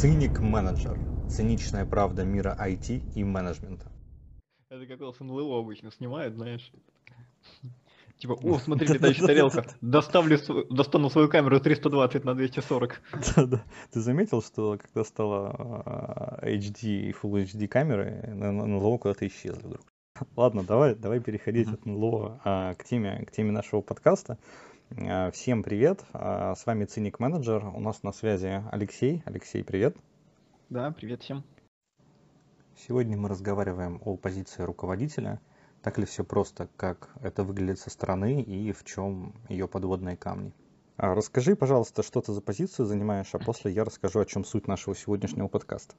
Циник-менеджер. Циничная правда мира IT и менеджмента. Это как раз НЛО обычно снимают, знаешь. Типа, о, смотри, летающая тарелка. Достану свою камеру 320 на 240. Да-да. Ты заметил, что когда стало HD и Full HD камеры, НЛО куда-то исчезли вдруг? Ладно, давай переходить от НЛО к теме нашего подкаста. Всем привет, с вами Циник-менеджер, у нас на связи Алексей. Алексей, привет. Да, привет всем. Сегодня мы разговариваем о позиции руководителя. Так ли все просто, как это выглядит со стороны и в чем ее подводные камни? Расскажи, пожалуйста, что ты за позицию занимаешь, а после я расскажу, о чем суть нашего сегодняшнего подкаста.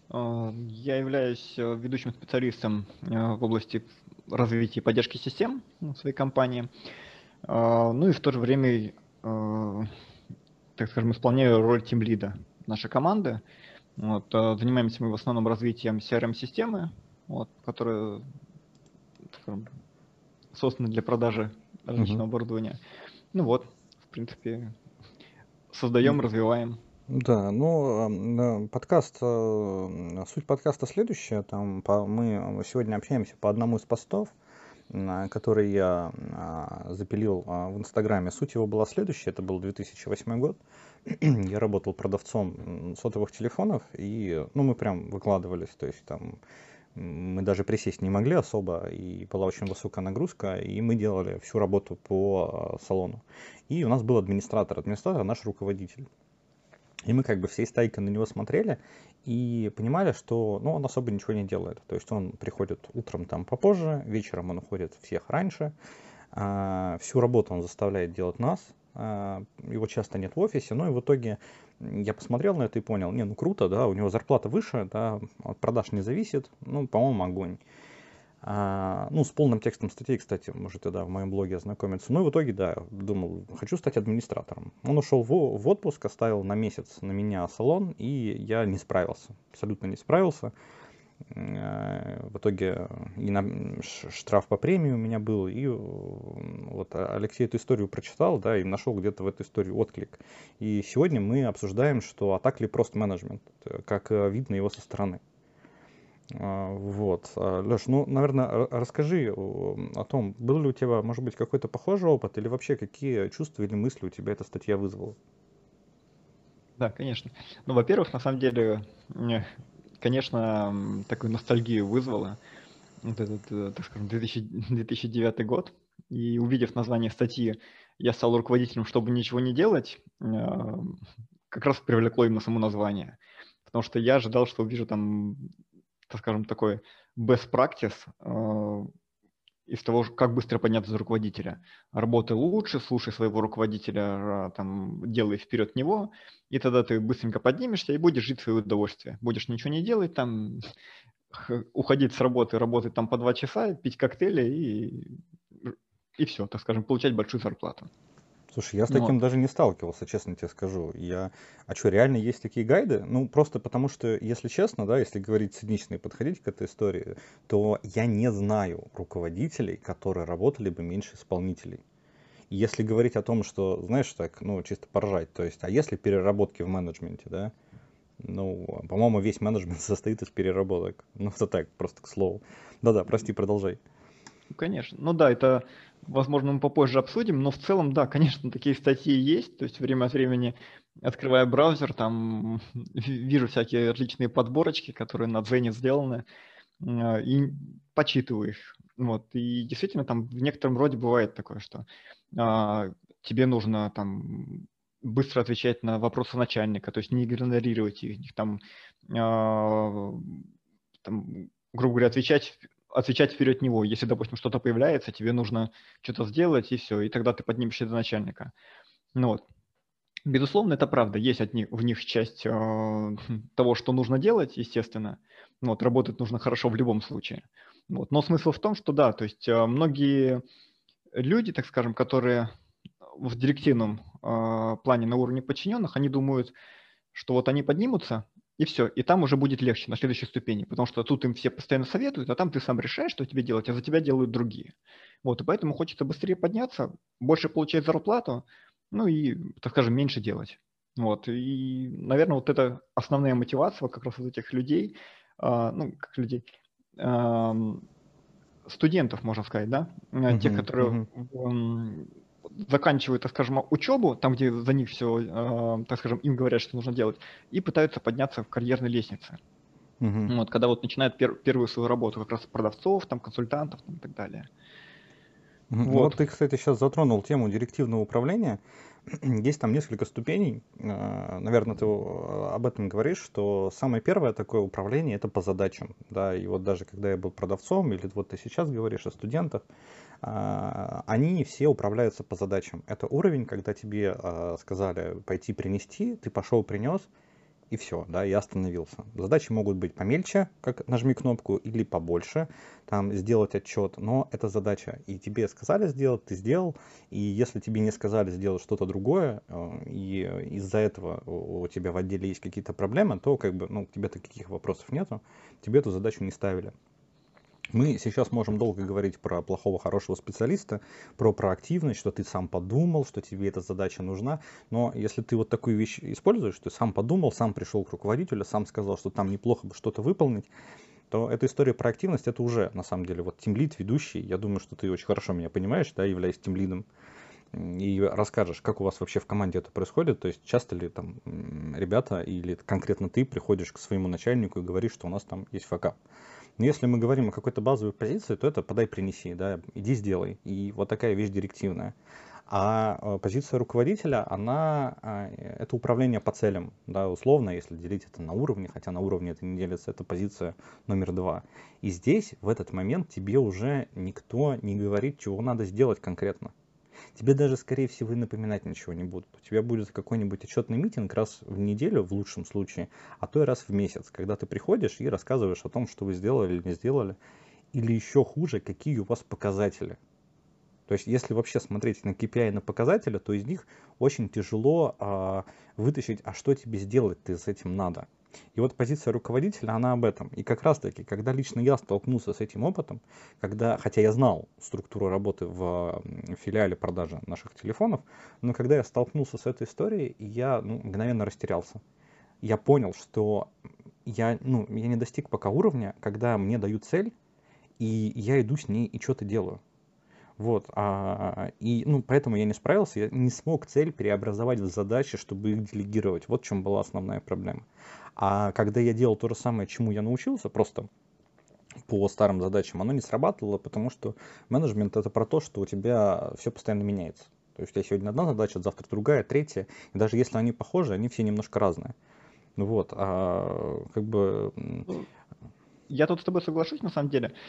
Я являюсь ведущим специалистом в области развития и поддержки систем в своей компании. Ну и в то же время, так скажем, исполняю роль тимлида нашей команды. Занимаемся мы в основном развитием CRM-системы, которая, так скажем, создана для продажи различного оборудования. В принципе, создаем, развиваем. Да, подкаст, суть подкаста следующая. Мы сегодня общаемся по одному из постов, который я запилил в Инстаграме. Суть его была следующая, это был 2008 год. Я работал продавцом сотовых телефонов, и мы прям выкладывались, то есть там мы даже присесть не могли особо, и была очень высокая нагрузка, и мы делали всю работу по салону. И у нас был администратор наш руководитель. И мы как бы всей стайкой на него смотрели и понимали, что он особо ничего не делает. То есть он приходит утром там попозже, вечером он уходит всех раньше. Всю работу он заставляет делать нас. Его часто нет в офисе. Но и в итоге я посмотрел на это и понял, круто, да, у него зарплата выше, да, от продаж не зависит. По-моему, огонь. С полным текстом статей, кстати, можете, в моем блоге ознакомиться. В итоге, думал, хочу стать администратором. Он ушел в отпуск, оставил на месяц на меня салон, и я не справился, абсолютно не справился. В итоге штраф по премии у меня был, и вот Алексей эту историю прочитал, и нашел где-то в эту историю отклик. И сегодня мы обсуждаем, что так ли прост менеджмент, как видно его со стороны. Леш, наверное, расскажи о том, был ли у тебя, может быть, какой-то похожий опыт, или вообще какие чувства или мысли у тебя эта статья вызвала? Да, конечно. Во-первых, на самом деле, конечно, такую ностальгию вызвала этот, так скажем, 2009 год. И увидев название статьи, я стал руководителем, чтобы ничего не делать, как раз привлекло именно само название. Потому что я ожидал, что увижу там, так скажем, такой best practice из того, как быстро подняться за руководителя. Работай лучше, слушай своего руководителя, делай вперед него, и тогда ты быстренько поднимешься и будешь жить в свое удовольствие. Будешь ничего не делать, уходить с работы, работать там по 2 часа, пить коктейли и все, так скажем, получать большую зарплату. Слушай, я с таким даже не сталкивался, честно тебе скажу. А что, реально есть такие гайды? Просто потому что, если честно, если говорить цинично и подходить к этой истории, то я не знаю руководителей, которые работали бы меньше исполнителей. И если говорить о том, что, знаешь, так, чисто поржать, то есть, а если переработки в менеджменте, да? По-моему, весь менеджмент состоит из переработок. Это так, просто к слову. Да-да, прости, продолжай. Конечно. Это, возможно, мы попозже обсудим, но в целом, да, конечно, такие статьи есть. То есть время от времени, открывая браузер, там вижу всякие отличные подборочки, которые на Дзене сделаны, и почитываю их. И действительно, там в некотором роде бывает такое, что тебе нужно там быстро отвечать на вопросы начальника, то есть не игнорировать их, грубо говоря, отвечать вперед него. Если, допустим, что-то появляется, тебе нужно что-то сделать, и все, и тогда ты поднимешься до начальника. Безусловно, это правда. Есть в них часть того, что нужно делать, естественно. Работать нужно хорошо в любом случае. Но смысл в том, что да, то есть многие люди, так скажем, которые в директивном плане на уровне подчиненных, они думают, что они поднимутся, и все, и там уже будет легче на следующей ступени, потому что тут им все постоянно советуют, а там ты сам решаешь, что тебе делать, а за тебя делают другие. И поэтому хочется быстрее подняться, больше получать зарплату, и, так скажем, меньше делать. Вот, и, наверное, вот это основная мотивация вот как раз вот этих людей, ну, как людей, ам, студентов, можно сказать, да, тех, Мгм, которые мгм, заканчивают, так скажем, учебу, там, где за них все, так скажем, им говорят, что нужно делать, и пытаются подняться в карьерной лестнице. мгм. Вот, когда вот начинают первую свою работу, как раз продавцов, там, консультантов там, и так далее. Ну вот Вот. ты, кстати, сейчас затронул тему директивного управления. Есть там несколько ступеней. Наверное, ты об этом говоришь, что самое первое такое управление это по задачам. Да, и вот даже когда я был продавцом, или вот ты сейчас говоришь о студентах, они все управляются по задачам. Это уровень, когда тебе сказали пойти принести, ты пошел принес, и все, да, я остановился. Задачи могут быть помельче, как нажми кнопку, или побольше, там, сделать отчет, но это задача. И тебе сказали сделать, ты сделал, и если тебе не сказали сделать что-то другое, и из-за этого у тебя в отделе есть какие-то проблемы, то как бы, ну, к тебе таких вопросов нету, тебе эту задачу не ставили. Мы сейчас можем долго говорить про плохого, хорошего специалиста, про проактивность, что ты сам подумал, что тебе эта задача нужна. Но если ты вот такую вещь используешь, ты сам подумал, сам пришел к руководителю, сам сказал, что там неплохо бы что-то выполнить, то эта история про активность, это уже, на самом деле, вот тимлид, ведущий, я думаю, что ты очень хорошо меня понимаешь, да, являясь тимлидом, и расскажешь, как у вас вообще в команде это происходит, то есть часто ли там ребята или конкретно ты приходишь к своему начальнику и говоришь, что у нас там есть факап. Но если мы говорим о какой-то базовой позиции, то это подай, принеси, да, иди сделай. И вот такая вещь директивная. А позиция руководителя, это управление по целям, да, условно, если делить это на уровни, хотя на уровне это не делится, это позиция номер 2. И здесь, в этот момент, тебе уже никто не говорит, чего надо сделать конкретно. Тебе даже, скорее всего, и напоминать ничего не будут. У тебя будет какой-нибудь отчетный митинг раз в неделю, в лучшем случае, а то и раз в месяц, когда ты приходишь и рассказываешь о том, что вы сделали или не сделали, или еще хуже, какие у вас показатели. То есть, если вообще смотреть на KPI и на показатели, то из них очень тяжело вытащить, а что тебе сделать-то с этим надо. И вот позиция руководителя, она об этом. И как раз таки, когда лично я столкнулся с этим опытом, хотя я знал структуру работы в филиале продажи наших телефонов, но когда я столкнулся с этой историей, я мгновенно растерялся. Я понял, что я не достиг пока уровня, когда мне дают цель, и я иду с ней и что-то делаю. Вот, поэтому я не справился, я не смог цель преобразовать в задачи, чтобы их делегировать. Вот в чем была основная проблема. А когда я делал то же самое, чему я научился, просто по старым задачам, оно не срабатывало, потому что менеджмент это про то, что у тебя все постоянно меняется. То есть у тебя сегодня одна задача, завтра другая, третья, и даже если они похожи, они все немножко разные. Вот, как бы Ну, я тут с тобой соглашусь, на самом деле.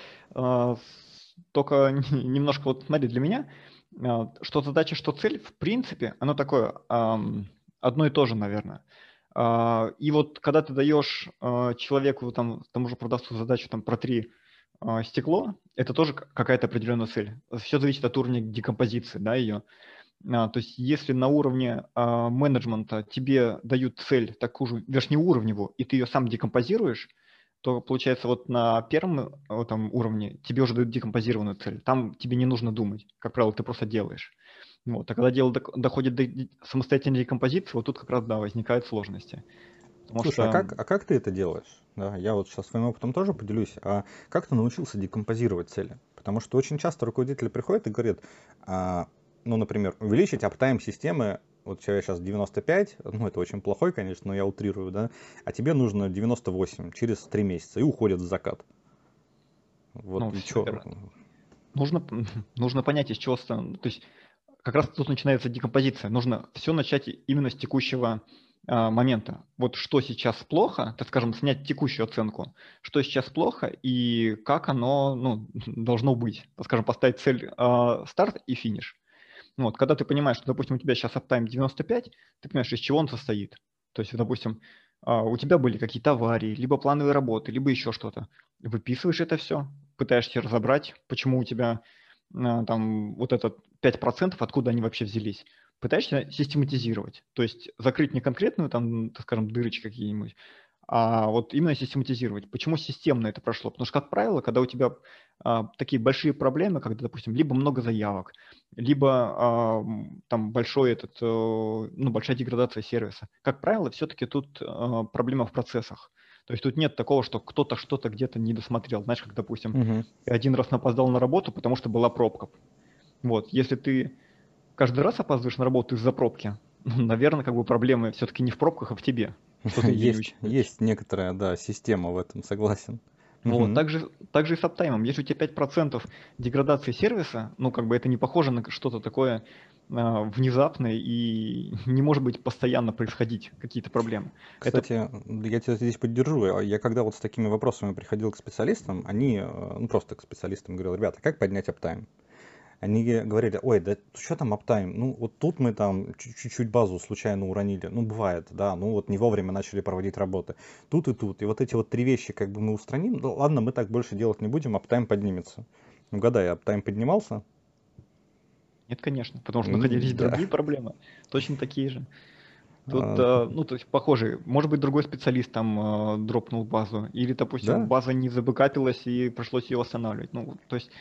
Только немножко вот смотри, для меня, что задача, что цель, в принципе, оно такое одно и то же, наверное. И вот когда ты даешь человеку, там, тому же продавцу задачу там протри стекло, это тоже какая-то определенная цель. Все зависит от уровня декомпозиции, да, ее. То есть если на уровне менеджмента тебе дают цель такую же верхнеуровневую, и ты ее сам декомпозируешь, то получается вот на первом там, уровне тебе уже дают декомпозированную цель. Там тебе не нужно думать. Как правило, ты просто делаешь. Вот. А когда дело доходит до самостоятельной декомпозиции, вот тут как раз, да, возникают сложности. Потому Слушай, что а как ты это делаешь? Да, я вот сейчас своим опытом тоже поделюсь. А как ты научился декомпозировать цели? Потому что очень часто руководители приходят и говорят, например, увеличить аптайм системы, вот у тебя сейчас 95, ну это очень плохой, конечно, но я утрирую, да, а тебе нужно 98 через 3 месяца и уходят в закат. Вот ну, и все чё? верно. Нужно, нужно понять, из чего... То есть как раз тут начинается декомпозиция. Нужно все начать именно с текущего момента. Вот что сейчас плохо, так скажем, снять текущую оценку, что сейчас плохо и как оно должно быть. Так скажем, поставить цель старт и финиш. Вот, когда ты понимаешь, что, допустим, у тебя сейчас аптайм 95, ты понимаешь, из чего он состоит. То есть, допустим, у тебя были какие-то аварии, либо плановые работы, либо еще что-то. Выписываешь это все, пытаешься разобрать, почему у тебя там вот этот 5%, откуда они вообще взялись. Пытаешься систематизировать, то есть закрыть не конкретную, там, так скажем, дырочки какие-нибудь, а вот именно систематизировать. Почему системно это прошло? Потому что, как правило, когда у тебя такие большие проблемы, когда, допустим, либо много заявок, либо там большая деградация сервиса, как правило, все-таки тут проблема в процессах. То есть тут нет такого, что кто-то что-то где-то не досмотрел. Знаешь, как, допустим, Мгм. ты один раз опоздал на работу, потому что была пробка. Вот, если ты каждый раз опаздываешь на работу из-за пробки, наверное, как бы проблемы все-таки не в пробках, а в тебе, что ты ее не учитываешь. Есть некоторая, да, система в этом, согласен. Вот, Мгм. также и с аптаймом. Если у тебя 5% деградации сервиса, ну, как бы это не похоже на что-то такое внезапное и не может быть постоянно происходить какие-то проблемы. Это, Кстати, я тебя здесь поддержу. Я когда вот с такими вопросами приходил к специалистам, они, ну просто к специалистам говорил, ребята, как поднять аптайм? Они говорили, ой, да что там аптайм? Ну вот тут мы там чуть-чуть базу случайно уронили. Ну бывает, да, ну вот не вовремя начали проводить работы. Тут и тут. И вот эти вот три вещи как бы мы устраним. Ну ладно, мы так больше делать не будем, аптайм поднимется. Ну угадай, аптайм поднимался? нет, конечно, потому что находились Да. другие проблемы, точно такие же. Тут, А, ну, то есть похожие. Может быть, другой специалист там дропнул базу, или, допустим, да, база не забэкапилась и пришлось ее восстанавливать. Ну, то есть,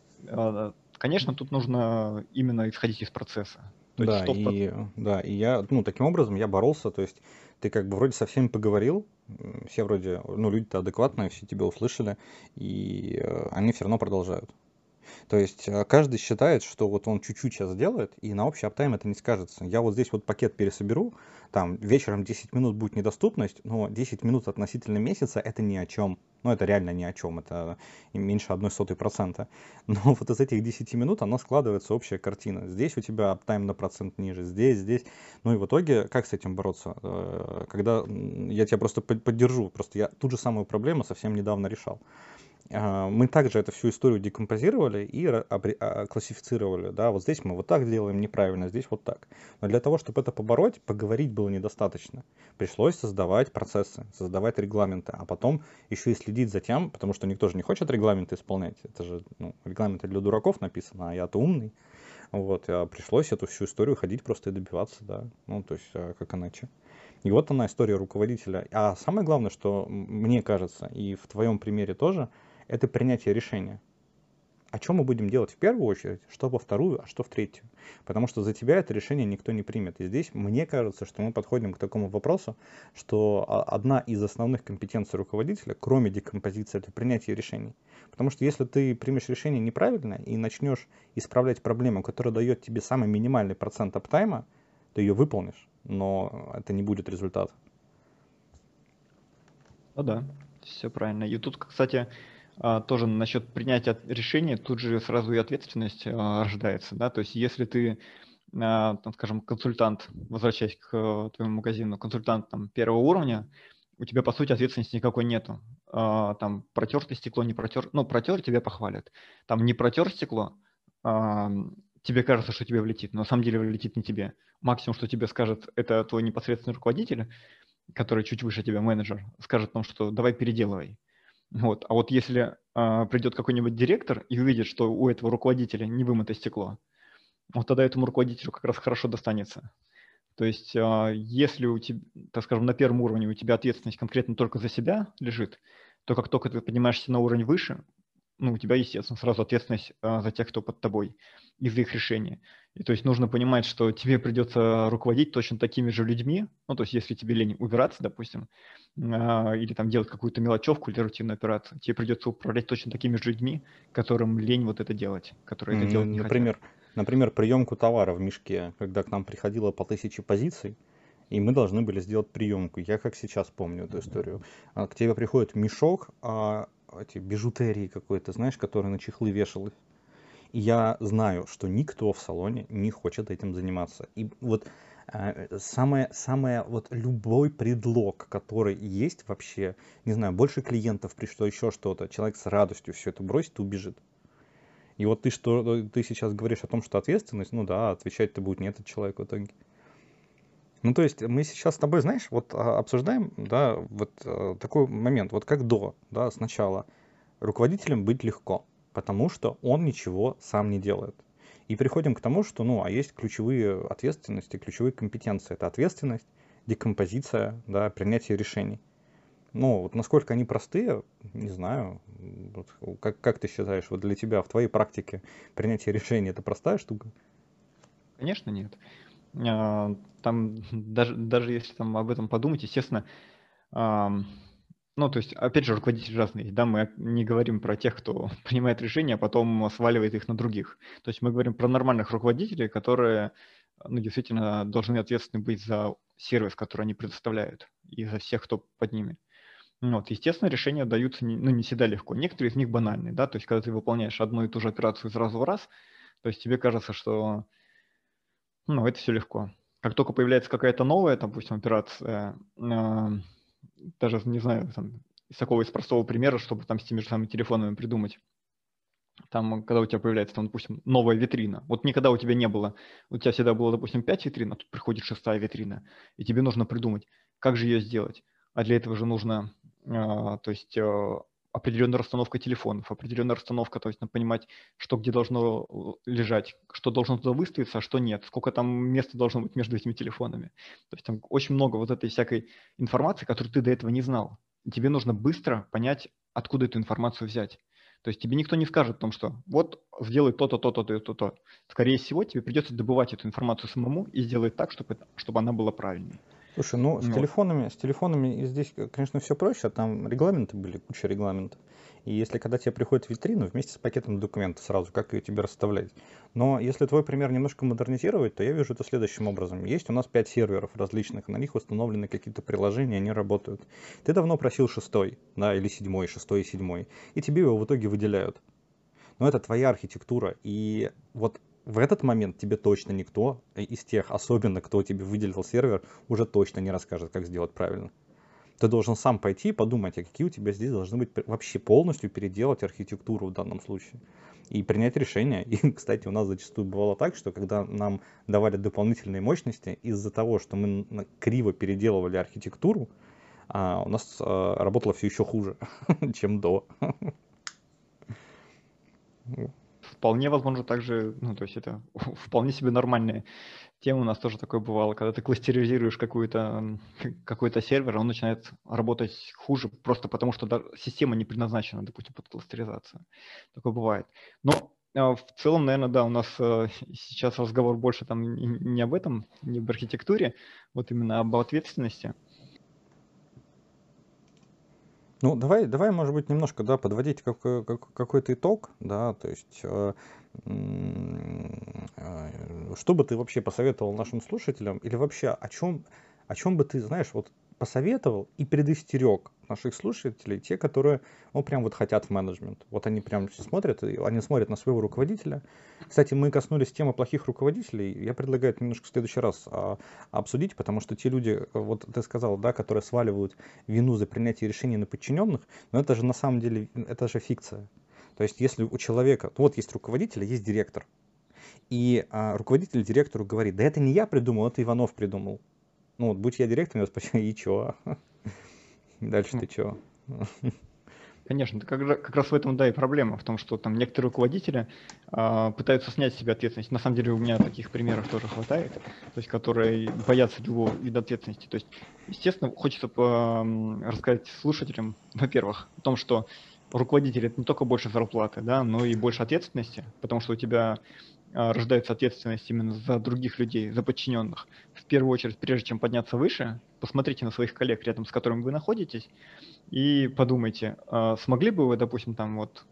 конечно, тут нужно именно исходить из процесса. То есть, да, что в процессе. и я, ну, таким образом я боролся, то есть ты как бы вроде со всеми поговорил, все вроде, ну, люди-то адекватные, все тебя услышали, и они все равно продолжают. То есть каждый считает, что вот он чуть-чуть сейчас сделает, и на общий аптайм это не скажется. Я вот здесь вот пакет пересоберу, там вечером 10 минут будет недоступность, но 10 минут относительно месяца это ни о чем. Ну, это реально ни о чем, это меньше 0,01%. Но вот из этих 10 минут она складывается общая картина. Здесь у тебя аптайм на процент ниже, здесь. Ну и в итоге, как с этим бороться? Когда я тебя просто поддержу, просто я ту же самую проблему совсем недавно решал. Мы также эту всю историю декомпозировали и классифицировали. Да, вот здесь мы вот так делаем неправильно, здесь вот так. Но для того, чтобы это побороть, поговорить было недостаточно. Пришлось создавать процессы, создавать регламенты, а потом еще и следить за тем, потому что никто же не хочет регламенты исполнять. Это же регламенты для дураков написано, а я-то умный. Вот, пришлось эту всю историю ходить просто и добиваться, да. Ну, то есть, как иначе. И вот она история руководителя. А самое главное, что мне кажется, и в твоем примере тоже, это принятие решения. А что мы будем делать в первую очередь, что во вторую, а что в третью? Потому что за тебя это решение никто не примет. И здесь мне кажется, что мы подходим к такому вопросу, что одна из основных компетенций руководителя, кроме декомпозиции, это принятие решений. Потому что если ты примешь решение неправильно и начнешь исправлять проблему, которая дает тебе самый минимальный процент аптайма, ты ее выполнишь, но это не будет результат. Ну да, все правильно. И тут, кстати, тоже насчет принятия решения, тут же сразу и ответственность рождается, да, то есть если ты, там, скажем, консультант, возвращаясь к твоему магазину, консультант там первого уровня, у тебя, по сути, ответственности никакой нету. Там протер ты стекло, не протер, ну, протер, тебя похвалят. Там не протер стекло, а, тебе кажется, что тебе влетит, но на самом деле влетит не тебе. Максимум, что тебе скажет, это твой непосредственный руководитель, который чуть выше тебя, менеджер, скажет вам, что давай переделывай. Вот. А вот если придет какой-нибудь директор и увидит, что у этого руководителя не вымыто стекло, вот тогда этому руководителю как раз хорошо достанется. То есть, если у тебя, так скажем, на первом уровне у тебя ответственность конкретно только за себя лежит, то как только ты поднимаешься на уровень выше, ну, у тебя, естественно, сразу ответственность за тех, кто под тобой, из-за их решения. И то есть нужно понимать, что тебе придется руководить точно такими же людьми, ну, то есть если тебе лень убираться, допустим, или там делать какую-то мелочевку или рутинную операцию, тебе придется управлять точно такими же людьми, которым лень вот это делать, которые это Ну, делать не хотят. например, приемку товара в мешке, когда к нам приходило по 1000 позиций, и мы должны были сделать приемку. Я как сейчас помню эту историю. К тебе приходит мешок, эти бижутерии какой-то, знаешь, который на чехлы вешалось. И я знаю, что никто в салоне не хочет этим заниматься. И вот самое, вот любой предлог, который есть вообще, не знаю, больше клиентов пришло, еще что-то, человек с радостью все это бросит и убежит. И вот ты сейчас говоришь о том, что ответственность, ну да, отвечать-то будет не этот человек в итоге. Ну, то есть мы сейчас с тобой, знаешь, вот обсуждаем, да, вот такой момент, вот как да, сначала. Руководителем быть легко, потому что он ничего сам не делает. И приходим к тому, что, ну, а есть ключевые ответственности, ключевые компетенции. Это ответственность, декомпозиция, да, принятие решений. Ну, вот насколько они простые, не знаю. Вот как ты считаешь, вот для тебя в твоей практике принятие решения это простая штука? Конечно, нет. Там даже если там об этом подумать, естественно, ам, ну, то есть, опять же, руководители разные, да, мы не говорим про тех, кто принимает решения, а потом сваливает их на других. То есть мы говорим про нормальных руководителей, которые, ну, действительно должны ответственны быть за сервис, который они предоставляют, и за всех, кто под ними. Ну вот, естественно, решения даются не всегда легко. Некоторые из них банальные, да, то есть когда ты выполняешь одну и ту же операцию из раза в раз, то есть тебе кажется, что, ну, это все легко. Как только появляется какая-то новая, допустим, операция, даже, не знаю, там, из простого примера, чтобы там с теми же самыми телефонами придумать. Там, когда у тебя появляется, там, допустим, новая витрина. Вот никогда у тебя не было, у тебя всегда было, допустим, 5 витрин, а тут приходит 6-я витрина, и тебе нужно придумать, как же ее сделать. А для этого же нужно, то есть, определенная расстановка телефонов, определенная расстановка, то есть, надо понимать, что где должно лежать, что должно туда выставиться, а что нет, сколько там места должно быть между этими телефонами. То есть там очень много вот этой всякой информации, которую ты до этого не знал. И тебе нужно быстро понять, откуда эту информацию взять. То есть тебе никто не скажет о том, что вот сделай то-то, то-то, то-то, то-то. Скорее всего, тебе придется добывать эту информацию самому и сделать так, чтобы она была правильной. Слушай, ну Вот. с телефонами и здесь, конечно, все проще, там регламенты были, куча регламентов. И если когда тебе приходит витрина вместе с пакетом документов сразу, как ее тебе расставлять. Но если твой пример немножко модернизировать, то я вижу это следующим образом. Есть у нас 5 серверов различных, на них установлены какие-то приложения, они работают. Ты давно просил шестой, да, или седьмой, шестой и седьмой, и тебе его в итоге выделяют. Но это твоя архитектура, и вот в этот момент тебе точно никто из тех, особенно кто тебе выделил сервер, уже точно не расскажет, как сделать правильно. Ты должен сам пойти и подумать, а какие у тебя здесь должны быть вообще полностью переделать архитектуру в данном случае. И принять решение. И, кстати, у нас зачастую бывало так, что когда нам давали дополнительные мощности, из-за того, что мы криво переделывали архитектуру, у нас работало все еще хуже, чем до. Вполне возможно также, ну, то есть это вполне себе нормальная тема. У нас тоже такое бывало, когда ты кластеризируешь какой-то сервер, он начинает работать хуже, просто потому что система не предназначена, допустим, под кластеризацию. Такое бывает. Но в целом, наверное, да, у нас сейчас разговор больше там не об этом, не об архитектуре, вот именно об ответственности. Ну, давай, может быть, немножко, да, подводить какой-то итог, да, то есть, что бы ты вообще посоветовал нашим слушателям, или вообще о чем бы ты, знаешь, вот посоветовал и предостерег наших слушателей, те, которые, ну, прям вот хотят в менеджмент. Вот они прям смотрят, и они смотрят на своего руководителя. Кстати, мы коснулись темы плохих руководителей. Я предлагаю это немножко в следующий раз обсудить, потому что те люди, вот ты сказал, да, которые сваливают вину за принятие решений на подчиненных, но это же на самом деле, это же фикция. То есть, если у человека, вот есть руководитель, а есть директор, и руководитель директору говорит, да это не я придумал, это Иванов придумал. Ну вот, будь я директором, я спросил, и чё? Дальше ты чё? Конечно, это как раз в этом, да, и проблема, в том, что там некоторые руководители пытаются снять с себя ответственность. На самом деле у меня таких примеров тоже хватает, то есть которые боятся любого вида ответственности. То есть, естественно, хочется рассказать слушателям, во-первых, о том, что руководитель — это не только больше зарплаты, да, но и больше ответственности, потому что у тебя рождается ответственность именно за других людей, за подчиненных. В первую очередь, прежде чем подняться выше, посмотрите на своих коллег, рядом с которыми вы находитесь, и подумайте, смогли бы вы, допустим, там вот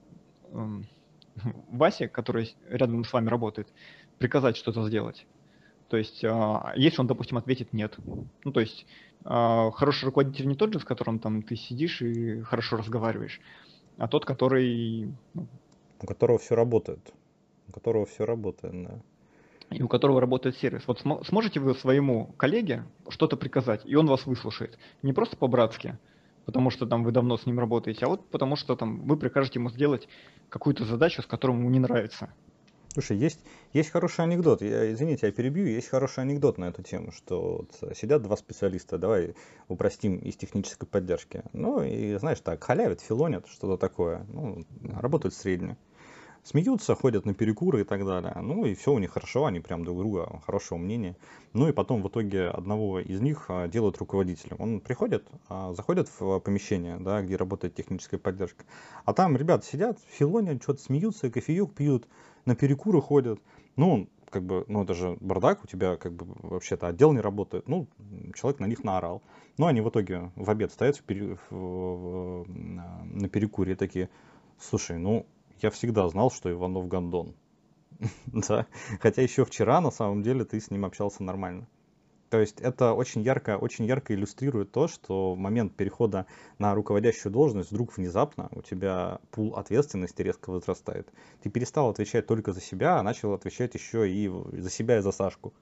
Васе, который рядом с вами работает, приказать что-то сделать? То есть, если он, допустим, ответит нет. Ну, то есть, хороший руководитель не тот же, с которым там ты сидишь и хорошо разговариваешь, а тот, который, ну, У которого все работает. У которого все работает, да. и у которого работает сервис. Вот сможете вы своему коллеге что-то приказать, и он вас выслушает. Не просто по-братски, потому что там вы давно с ним работаете, а вот потому что там вы прикажете ему сделать какую-то задачу, с которой ему не нравится. Слушай, есть хороший анекдот. Извините, я перебью. Есть хороший анекдот на эту тему, что вот сидят два специалиста, давай упростим из технической поддержки. Ну и знаешь так, халявят, филонят, что-то такое. Ну, работают среднее. смеются, ходят на перекуры и так далее. Ну и все у них хорошо, они прям друг друга хорошего мнения. Ну и потом в итоге одного из них делают руководителем. Он приходит, заходит в помещение, да, где работает техническая поддержка, а там ребята сидят, филонят, что-то смеются, кофеек пьют, на перекуры ходят. Ну, как бы, ну это же бардак, у тебя как бы вообще-то отдел не работает. Ну, человек на них наорал. Но они в итоге в обед стоят на перекуре и такие: слушай, ну я всегда знал, что Иванов гондон. Да. Хотя еще вчера на самом деле ты с ним общался нормально. То есть это очень ярко иллюстрирует то, что в момент перехода на руководящую должность вдруг внезапно у тебя пул ответственности резко возрастает. Ты перестал отвечать только за себя, а начал отвечать еще и за себя, и за Сашку.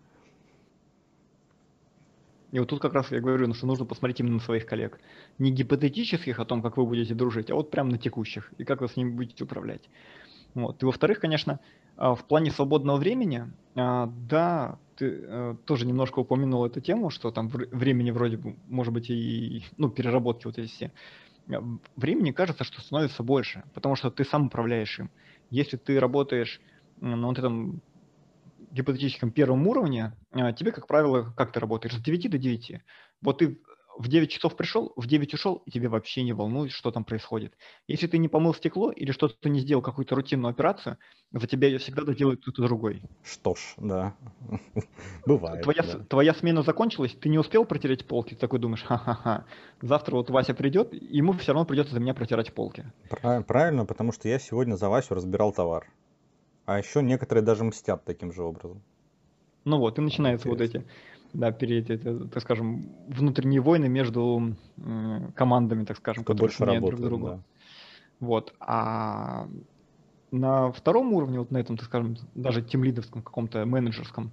И вот тут как раз я говорю, что нужно посмотреть именно на своих коллег. Не гипотетических о том, как вы будете дружить, а вот прям на текущих, и как вы с ними будете управлять. Вот. И во-вторых, конечно, в плане свободного времени, да, ты тоже немножко упомянул эту тему, что там времени вроде бы, может быть, и переработки вот эти все. Времени кажется, что становится больше, потому что ты сам управляешь им. Если ты работаешь на вот этом гипотетическом первом уровне, тебе, как правило, как ты работаешь? С 9 до 9. Вот ты в 9 часов пришел, в 9 ушел, и тебе вообще не волнует, что там происходит. Если ты не помыл стекло или что-то не сделал, какую-то рутинную операцию, за тебя ее всегда доделает кто-то другой. Что ж, да, бывает. Твоя смена закончилась, ты не успел протереть полки, ты такой думаешь: ха-ха-ха, завтра вот Вася придет, ему все равно придется за меня протирать полки. Правильно, потому что я сегодня за Васю разбирал товар. А еще некоторые даже мстят таким же образом. Ну вот, и начинаются вот эти, да, так скажем, внутренние войны между командами, так скажем, Кто которые больше сменяют работает, друг друга. да. Вот. А на втором уровне, вот на этом, так скажем, даже тимлидовском каком-то менеджерском,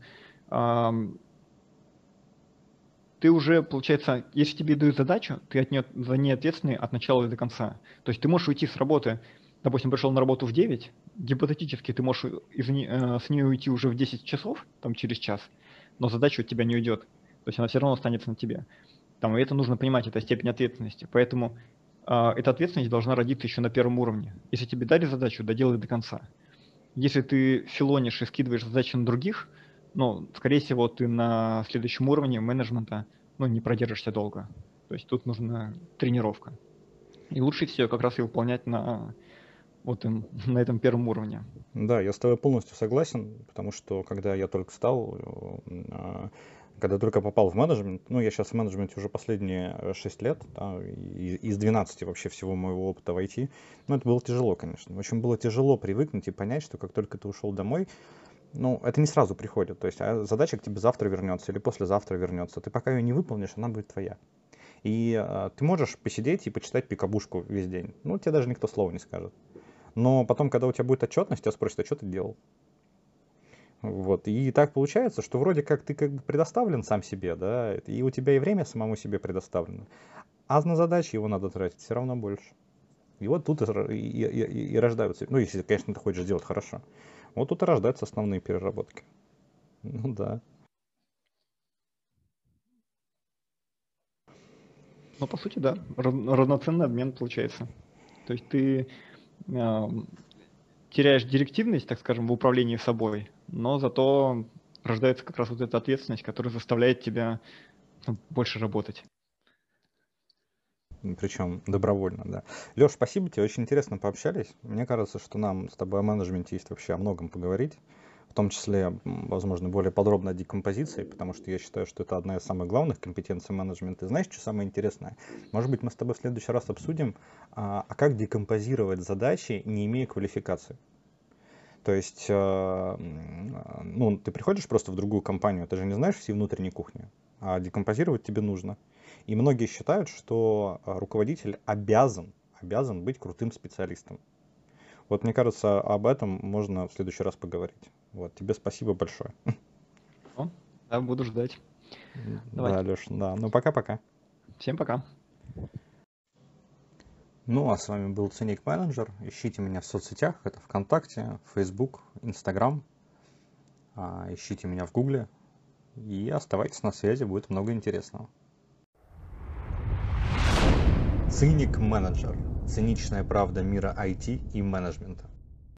ты уже, получается, если тебе дают задачу, ты за ней ответственный от начала и до конца. То есть ты можешь уйти с работы, допустим, пришел на работу в 9, гипотетически ты можешь с нее уйти уже в 10 часов, там через час, но задача от тебя не уйдет. То есть она все равно останется на тебе. И это нужно понимать, это степень ответственности. Поэтому эта ответственность должна родиться еще на первом уровне. Если тебе дали задачу, доделай до конца. Если ты филонишь и скидываешь задачи на других, скорее всего, ты на следующем уровне менеджмента не продержишься долго. То есть тут нужна тренировка. И лучше всего как раз и выполнять на этом первом уровне. Да, я с тобой полностью согласен, потому что когда я только когда только попал в менеджмент, я сейчас в менеджменте уже последние 6 лет, да, из 12 вообще всего моего опыта в IT, это было тяжело, конечно. Очень было тяжело привыкнуть и понять, что как только ты ушел домой, это не сразу приходит. То есть задача к тебе завтра вернется или послезавтра вернется. Ты пока ее не выполнишь, она будет твоя. И ты можешь посидеть и почитать пикабушку весь день. Тебе даже никто слова не скажет. Но потом, когда у тебя будет отчетность, тебя спросят: а что ты делал? Вот. И так получается, что вроде как ты как бы предоставлен сам себе, да, и у тебя и время самому себе предоставлено. А на задачи его надо тратить все равно больше. И вот тут и рождаются, если, конечно, ты хочешь сделать хорошо. Вот тут и рождаются основные переработки. Ну да. По сути, да, равноценный обмен получается. То есть ты теряешь директивность, так скажем, в управлении собой, но зато рождается как раз вот эта ответственность, которая заставляет тебя больше работать. Причем добровольно, да. Леш, спасибо тебе, очень интересно пообщались. Мне кажется, что нам с тобой о менеджменте есть вообще о многом поговорить, в том числе, возможно, более подробно о декомпозиции, потому что я считаю, что это одна из самых главных компетенций менеджмента. И знаешь, что самое интересное? Может быть, мы с тобой в следующий раз обсудим, как декомпозировать задачи, не имея квалификации. То есть, ты приходишь просто в другую компанию, ты же не знаешь всей внутренней кухни, а декомпозировать тебе нужно. И многие считают, что руководитель обязан быть крутым специалистом. Вот мне кажется, об этом можно в следующий раз поговорить. Вот, тебе спасибо большое. Да, буду ждать. Да, Леш, да. Пока-пока. Всем пока. А с вами был Ценник Менеджер. Ищите меня в соцсетях. Это ВКонтакте, Facebook, Instagram. Ищите меня в Гугле. И оставайтесь на связи, будет много интересного. Ценник Менеджер. Циничная правда мира IT и менеджмента.